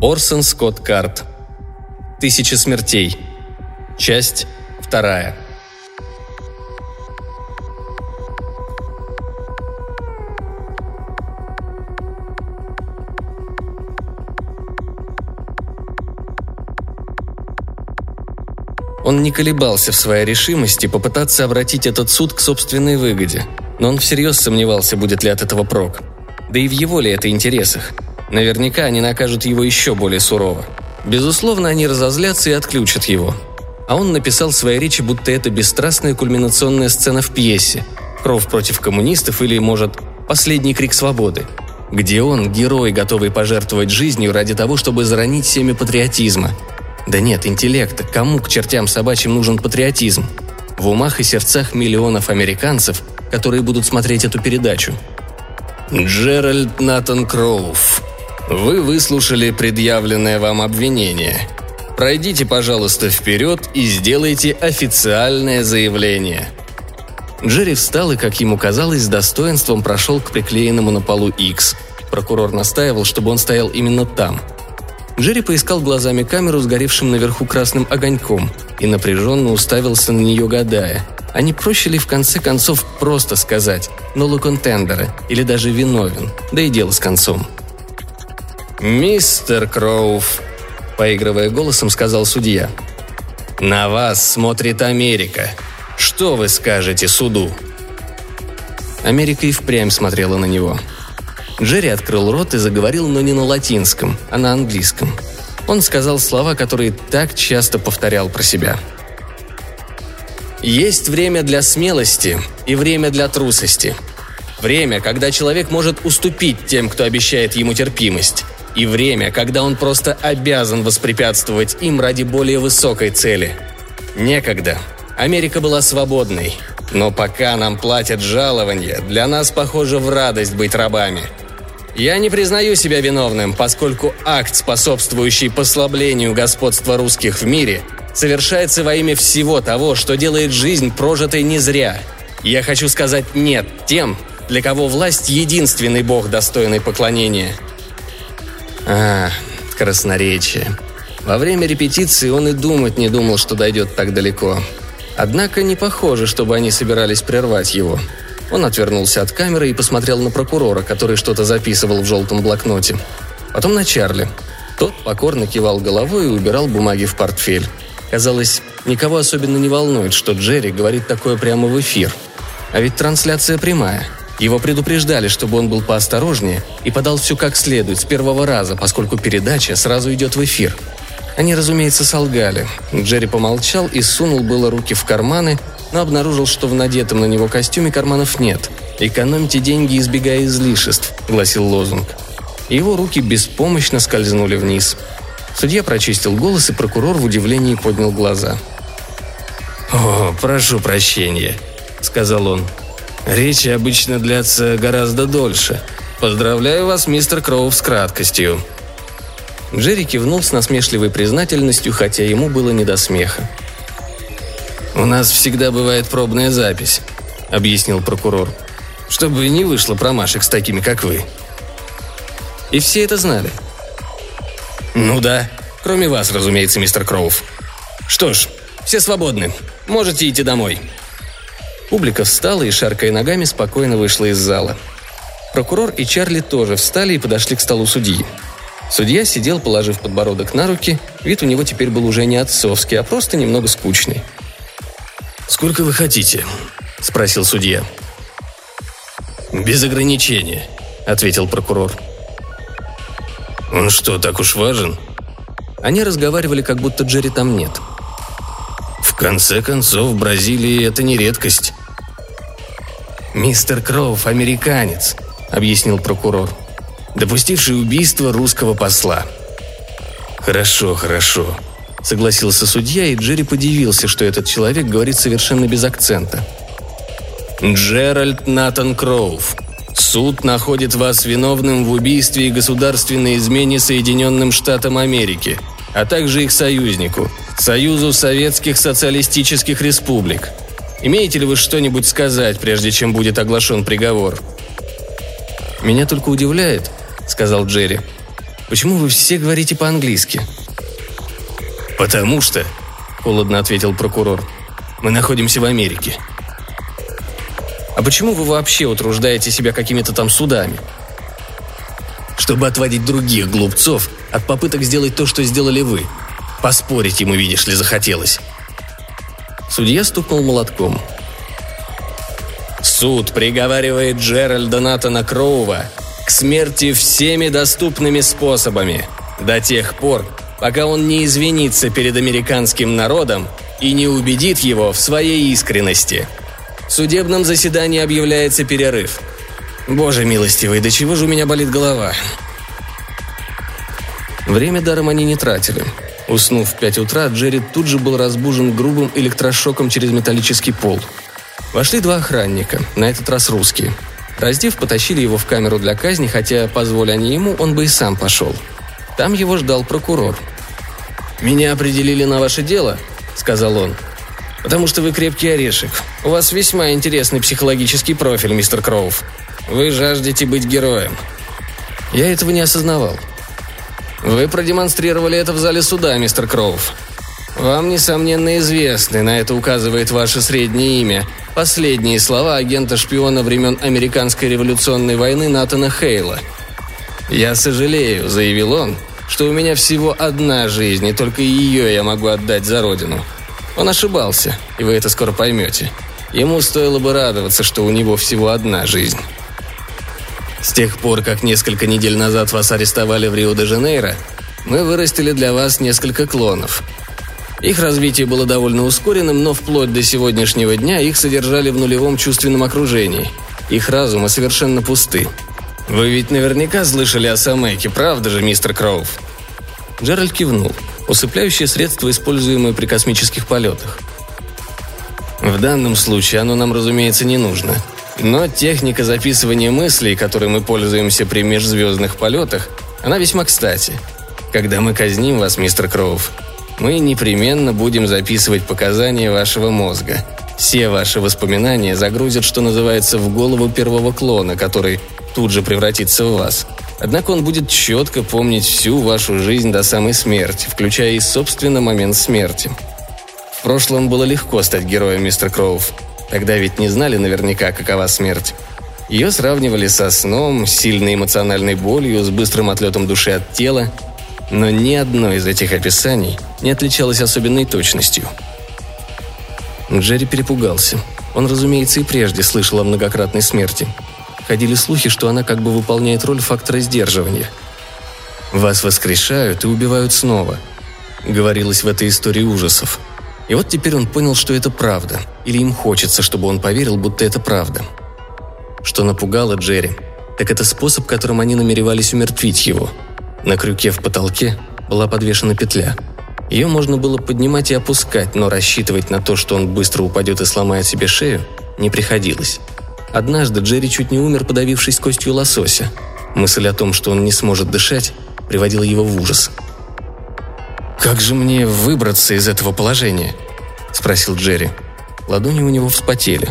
Орсон Скотт Кард. 1000 смертей. Часть 2. Он не колебался в своей решимости попытаться обратить этот суд к собственной выгоде, но он всерьез сомневался, будет ли от этого прок. Да и в его ли это интересах? Наверняка они накажут его еще более сурово. Безусловно, они разозлятся и отключат его. А он написал в своей речи, будто это бесстрастная кульминационная сцена в пьесе «Кровь против коммунистов» или, может, «Последний крик свободы», где он герой, готовый пожертвовать жизнью ради того, чтобы заронить семя патриотизма. Да нет, интеллекта. Кому к чертям собачьим нужен патриотизм? В умах и сердцах миллионов американцев, которые будут смотреть эту передачу. Джеральд Натан Кроув, вы выслушали предъявленное вам обвинение. Пройдите, пожалуйста, вперед и сделайте официальное заявление. Джерри встал и, как ему казалось, с достоинством прошел к приклеенному на полу X. Прокурор настаивал, чтобы он стоял именно там. Джерри поискал глазами камеру с горевшим наверху красным огоньком и напряженно уставился на нее, гадая, а не проще ли в конце концов просто сказать «ноло контендере» или даже «виновен», да и дело с концом. «Мистер Кроув», — поигрывая голосом, сказал судья, — «на вас смотрит Америка. Что вы скажете суду?» Америка и впрямь смотрела на него. Джерри открыл рот и заговорил, но не на латинском, а на английском. Он сказал слова, которые так часто повторял про себя. «Есть время для смелости и время для трусости. Время, когда человек может уступить тем, кто обещает ему терпимость. И время, когда он просто обязан воспрепятствовать им ради более высокой цели. Некогда Америка была свободной, но пока нам платят жалования, для нас, похоже, в радость быть рабами. Я не признаю себя виновным, поскольку акт, способствующий послаблению господства русских в мире, совершается во имя всего того, что делает жизнь прожитой не зря. Я хочу сказать «нет» тем, для кого власть – единственный бог, достойный поклонения». Красноречие. Во время репетиции он и думать не думал, что дойдет так далеко. Однако не похоже, чтобы они собирались прервать его. Он отвернулся от камеры и посмотрел на прокурора, который что-то записывал в желтом блокноте. Потом на Чарли. Тот покорно кивал головой и убирал бумаги в портфель. Казалось, никого особенно не волнует, что Джерри говорит такое прямо в эфир. А ведь трансляция прямая. Его предупреждали, чтобы он был поосторожнее и подал все как следует с первого раза, поскольку передача сразу идет в эфир. Они, разумеется, солгали. Джерри помолчал и сунул было руки в карманы, но обнаружил, что в надетом на него костюме карманов нет. «Экономьте деньги, избегая излишеств», — гласил лозунг. Его руки беспомощно скользнули вниз. Судья прочистил голос, и прокурор в удивлении поднял глаза. «О, прошу прощения», — сказал он. «Речи обычно длятся гораздо дольше. Поздравляю вас, мистер Кроув, с краткостью». Джерри кивнул с насмешливой признательностью, хотя ему было не до смеха. «У нас всегда бывает пробная запись», — объяснил прокурор, «чтобы не вышло промашек с такими, как вы». «И все это знали?» «Ну да, кроме вас, разумеется, мистер Кроув. Что ж, все свободны. Можете идти домой». Публика встала и, шаркая ногами, спокойно вышла из зала. Прокурор и Чарли тоже встали и подошли к столу судьи. Судья сидел, положив подбородок на руки, вид у него теперь был уже не отцовский, а просто немного скучный. «Сколько вы хотите?» – спросил судья. «Без ограничения», – ответил прокурор. «Он что, так уж важен?» Они разговаривали, как будто Джерри там нет. «В конце концов, в Бразилии это не редкость». «Мистер Кроув – американец», – объяснил прокурор, допустивший убийство русского посла. «Хорошо, хорошо», — согласился судья, и Джерри подивился, что этот человек говорит совершенно без акцента. «Джеральд Натан Кроув, суд находит вас виновным в убийстве и государственной измене Соединенным Штатам Америки, а также их союзнику, Союзу Советских Социалистических Республик. Имеете ли вы что-нибудь сказать, прежде чем будет оглашен приговор?» «Меня только удивляет», — сказал Джерри, Почему вы все говорите по-английски?» «Потому что», — холодно ответил прокурор, — «мы находимся в Америке». «А почему вы вообще утруждаете себя какими-то там судами?» «Чтобы отводить других глупцов от попыток сделать то, что сделали вы. Поспорить ему, видишь ли, захотелось». Судья стукнул молотком. «Суд приговаривает Джеральда Натана Кроува к смерти всеми доступными способами до тех пор, пока он не извинится перед американским народом и не убедит его в своей искренности. В судебном заседании объявляется перерыв. Боже милостивый, до чего же у меня болит голова?» Время даром они не тратили. Уснув в 5 утра, Джерри тут же был разбужен грубым электрошоком через металлический пол. Вошли 2 охранника, на этот раз русские. Раздев, потащили его в камеру для казни, хотя, позволь они ему, он бы и сам пошел. Там его ждал прокурор. «Меня определили на ваше дело», — сказал он, — «потому что вы крепкий орешек. У вас весьма интересный психологический профиль, мистер Кроув. Вы жаждете быть героем». Я этого не осознавал. «Вы продемонстрировали это в зале суда, мистер Кроув. Вам, несомненно, известны, на это указывает ваше среднее имя, последние слова агента-шпиона времен Американской революционной войны Натана Хейла. «Я сожалею», — заявил он, — «что у меня всего одна жизнь, и только ее я могу отдать за родину». Он ошибался, и вы это скоро поймете. Ему стоило бы радоваться, что у него всего одна жизнь. С тех пор, как несколько недель назад вас арестовали в Рио-де-Жанейро, мы вырастили для вас несколько клонов. Их развитие было довольно ускоренным, но вплоть до сегодняшнего дня их содержали в нулевом чувственном окружении. Их разумы совершенно пусты. Вы ведь наверняка слышали о Самеке, правда же, мистер Кроув?» Джеральд кивнул. Усыпляющее средство, используемое при космических полетах. «В данном случае оно нам, разумеется, не нужно. Но техника записывания мыслей, которой мы пользуемся при межзвездных полетах, она весьма кстати. Когда мы казним вас, мистер Кроув, мы непременно будем записывать показания вашего мозга. Все ваши воспоминания загрузят, что называется, в голову первого клона, который тут же превратится в вас. Однако он будет четко помнить всю вашу жизнь до самой смерти, включая и, собственно, момент смерти. В прошлом было легко стать героем, мистер Кроув. Тогда ведь не знали наверняка, какова смерть. Ее сравнивали со сном, с сильной эмоциональной болью, с быстрым отлетом души от тела. Но ни одно из этих описаний не отличалось особенной точностью. Джерри перепугался. Он, разумеется, и прежде слышал о многократной смерти. Ходили слухи, что она как бы выполняет роль фактора сдерживания. «Вас воскрешают и убивают снова», — говорилось в этой истории ужасов. И вот теперь он понял, что это правда, или им хочется, чтобы он поверил, будто это правда. Что напугало Джерри, так это способ, которым они намеревались умертвить его. На крюке в потолке была подвешена петля. Ее можно было поднимать и опускать, но рассчитывать на то, что он быстро упадет и сломает себе шею, не приходилось. Однажды Джерри чуть не умер, подавившись костью лосося. Мысль о том, что он не сможет дышать, приводила его в ужас. «Как же мне выбраться из этого положения?» – спросил Джерри. Ладони у него вспотели.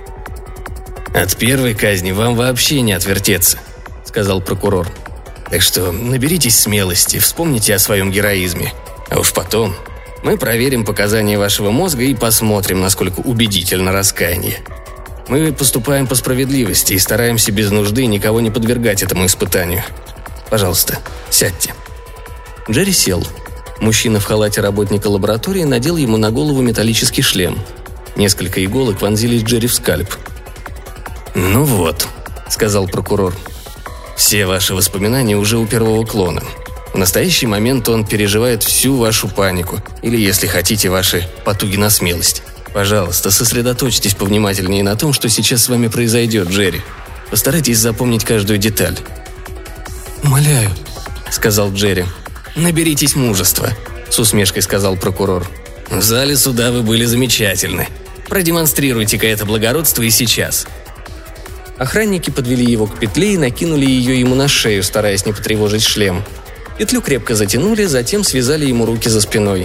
«От первой казни вам вообще не отвертеться», – сказал прокурор. «Так что наберитесь смелости, вспомните о своем героизме. А уж потом мы проверим показания вашего мозга и посмотрим, насколько убедительно раскаяние. Мы поступаем по справедливости и стараемся без нужды никого не подвергать этому испытанию. Пожалуйста, сядьте». Джерри сел. Мужчина в халате работника лаборатории надел ему на голову металлический шлем. Несколько иголок вонзились Джерри в скальп. «Ну вот», — сказал прокурор, — «все ваши воспоминания уже у первого клона. В настоящий момент он переживает всю вашу панику, или, если хотите, ваши потуги на смелость. Пожалуйста, сосредоточьтесь повнимательнее на том, что сейчас с вами произойдет, Джерри. Постарайтесь запомнить каждую деталь». «Умоляю», — сказал Джерри. «Наберитесь мужества», — с усмешкой сказал прокурор. «В зале суда вы были замечательны. Продемонстрируйте-ка это благородство и сейчас». Охранники подвели его к петле и накинули ее ему на шею, стараясь не потревожить шлем. Петлю крепко затянули, затем связали ему руки за спиной.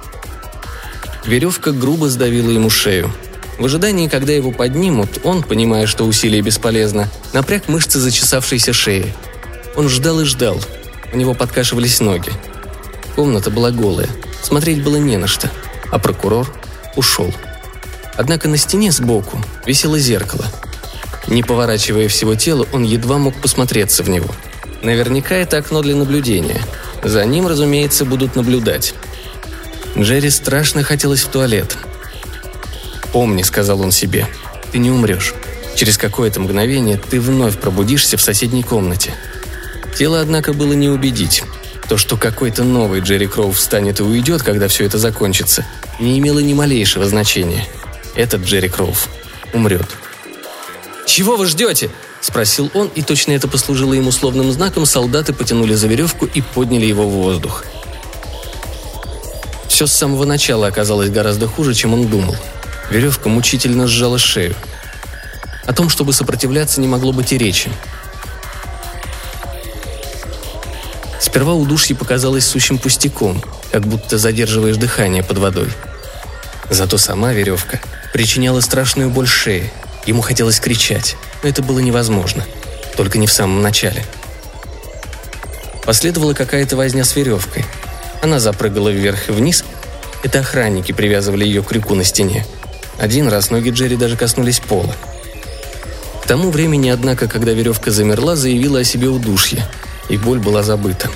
Веревка грубо сдавила ему шею. В ожидании, когда его поднимут, он, понимая, что усилие бесполезно, напряг мышцы зачесавшейся шеи. Он ждал и ждал. У него подкашивались ноги. Комната была голая, смотреть было не на что, а прокурор ушел. Однако на стене сбоку висело зеркало. Не поворачивая всего тела, он едва мог посмотреться в него. Наверняка это окно для наблюдения. За ним, разумеется, будут наблюдать. Джерри страшно хотелось в туалет. «Помни», — сказал он себе, — «ты не умрешь. Через какое-то мгновение ты вновь пробудишься в соседней комнате». Тело, однако, было не убедить. То, что какой-то новый Джерри Кроу встанет и уйдет, когда все это закончится, не имело ни малейшего значения. Этот Джерри Кроув умрет. «Чего вы ждете?» – спросил он, и точно это послужило ему условным знаком. Солдаты потянули за веревку и подняли его в воздух. Все с самого начала оказалось гораздо хуже, чем он думал. Веревка мучительно сжала шею. О том, чтобы сопротивляться, не могло быть и речи. Сперва удушье показалось сущим пустяком, как будто задерживаешь дыхание под водой. Зато сама веревка причиняла страшную боль шее. Ему хотелось кричать, но это было невозможно. Только не в самом начале. Последовала какая-то возня с веревкой. Она запрыгала вверх и вниз. Это охранники привязывали ее к крюку на стене. Один раз ноги Джерри даже коснулись пола. К тому времени, однако, когда веревка замерла, заявила о себе удушье, и боль была забыта.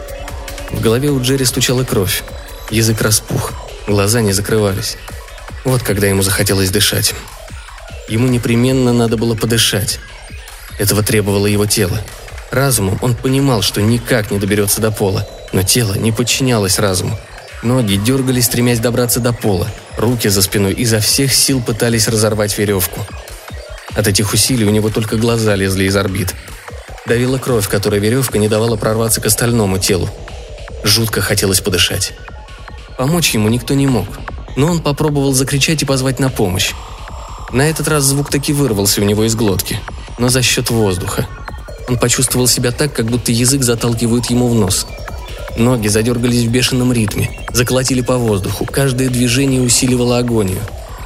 В голове у Джерри стучала кровь. Язык распух, глаза не закрывались. Вот когда ему захотелось дышать. Ему непременно надо было подышать. Этого требовало его тело. Разумом он понимал, что никак не доберется до пола, но тело не подчинялось разуму. Ноги дергались, стремясь добраться до пола. Руки за спиной изо всех сил пытались разорвать веревку. От этих усилий у него только глаза лезли из орбит. Давила кровь, которой веревка не давала прорваться к остальному телу. Жутко хотелось подышать. Помочь ему никто не мог, но он попробовал закричать и позвать на помощь. На этот раз звук таки вырвался у него из глотки, но за счет воздуха. Он почувствовал себя так, как будто язык заталкивают ему в нос. Ноги задергались в бешеном ритме, заколотили по воздуху, каждое движение усиливало агонию.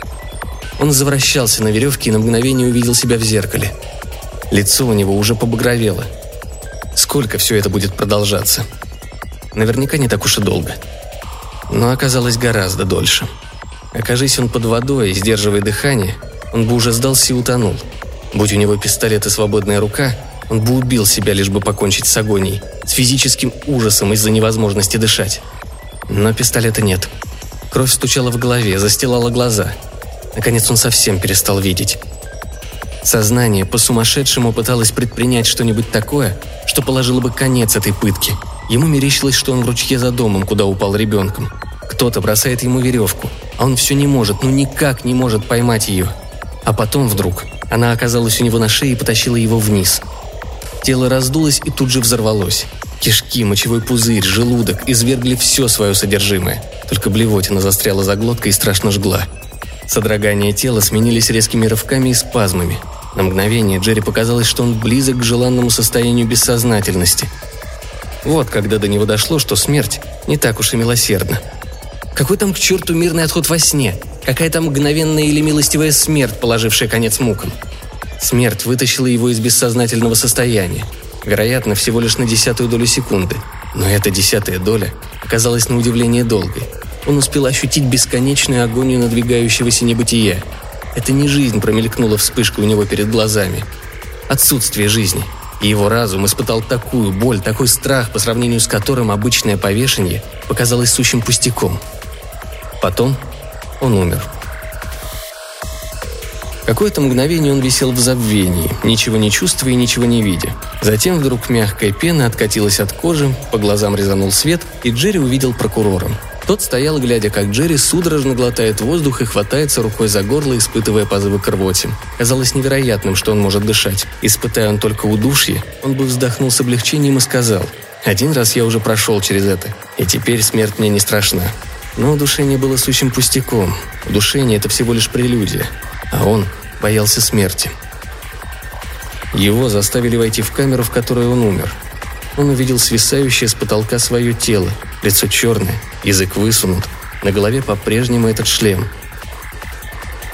Он завращался на веревке и на мгновение увидел себя в зеркале. Лицо у него уже побагровело. Сколько все это будет продолжаться? Наверняка не так уж и долго. Но оказалось гораздо дольше. Окажись он под водой, сдерживая дыхание, он бы уже сдался и утонул. Будь у него пистолет и свободная рука, он бы убил себя, лишь бы покончить с агонией, с физическим ужасом из-за невозможности дышать. Но пистолета нет. Кровь стучала в голове, застилала глаза. Наконец он совсем перестал видеть. Сознание по-сумасшедшему пыталось предпринять что-нибудь такое, что положило бы конец этой пытке. Ему мерещилось, что он в ручье за домом, куда упал ребенком. Кто-то бросает ему веревку, а он все не может, никак не может поймать ее. А потом вдруг она оказалась у него на шее и потащила его вниз. Тело раздулось и тут же взорвалось. Кишки, мочевой пузырь, желудок извергли все свое содержимое. Только блевотина застряла за глоткой и страшно жгла. Содрогания тела сменились резкими рывками и спазмами. На мгновение Джерри показалось, что он близок к желанному состоянию бессознательности. Вот когда до него дошло, что смерть не так уж и милосердна. Какой там к черту мирный отход во сне? Какая там мгновенная или милостивая смерть, положившая конец мукам? Смерть вытащила его из бессознательного состояния. Вероятно, всего лишь на 10-ую долю секунды. Но эта 10-я доля оказалась на удивление долгой. Он успел ощутить бесконечную агонию надвигающегося небытия. Это не жизнь промелькнула вспышкой у него перед глазами. Отсутствие жизни. И его разум испытал такую боль, такой страх, по сравнению с которым обычное повешение показалось сущим пустяком. Потом он умер. Какое-то мгновение он висел в забвении, ничего не чувствуя и ничего не видя. Затем вдруг мягкая пена откатилась от кожи, по глазам резанул свет, и Джерри увидел прокурора. Тот стоял, глядя, как Джерри судорожно глотает воздух и хватается рукой за горло, испытывая позывы к рвоте. Казалось невероятным, что он может дышать. Испытая он только удушье, он бы вздохнул с облегчением и сказал: «Один раз я уже прошел через это, и теперь смерть мне не страшна». Но удушение было сущим пустяком. Удушение – это всего лишь прелюдия. А он боялся смерти. Его заставили войти в камеру, в которой он умер. Он увидел свисающее с потолка свое тело, лицо черное, язык высунут, на голове по-прежнему этот шлем.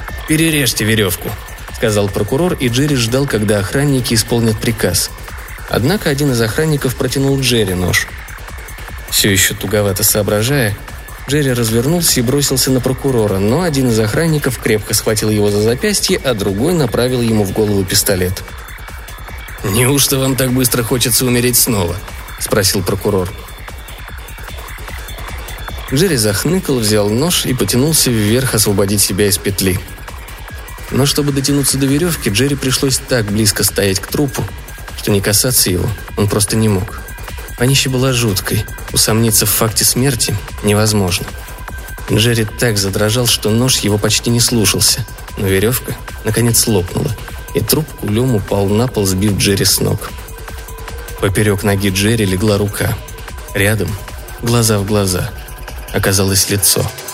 «Перережьте веревку», — сказал прокурор, и Джерри ждал, когда охранники исполнят приказ. Однако один из охранников протянул Джерри нож. Все еще туговато соображая, Джерри развернулся и бросился на прокурора, но один из охранников крепко схватил его за запястье, а другой направил ему в голову пистолет. «Неужто вам так быстро хочется умереть снова?» – спросил прокурор. Джерри захныкал, взял нож и потянулся вверх освободить себя из петли. Но чтобы дотянуться до веревки, Джерри пришлось так близко стоять к трупу, что не касаться его он просто не мог. Вонища была жуткой, усомниться в факте смерти невозможно. Джерри так задрожал, что нож его почти не слушался, но веревка наконец лопнула, и труп кулем упал на пол, сбив Джерри с ног. Поперек ноги Джерри легла рука. Рядом, глаза в глаза, оказалось лицо.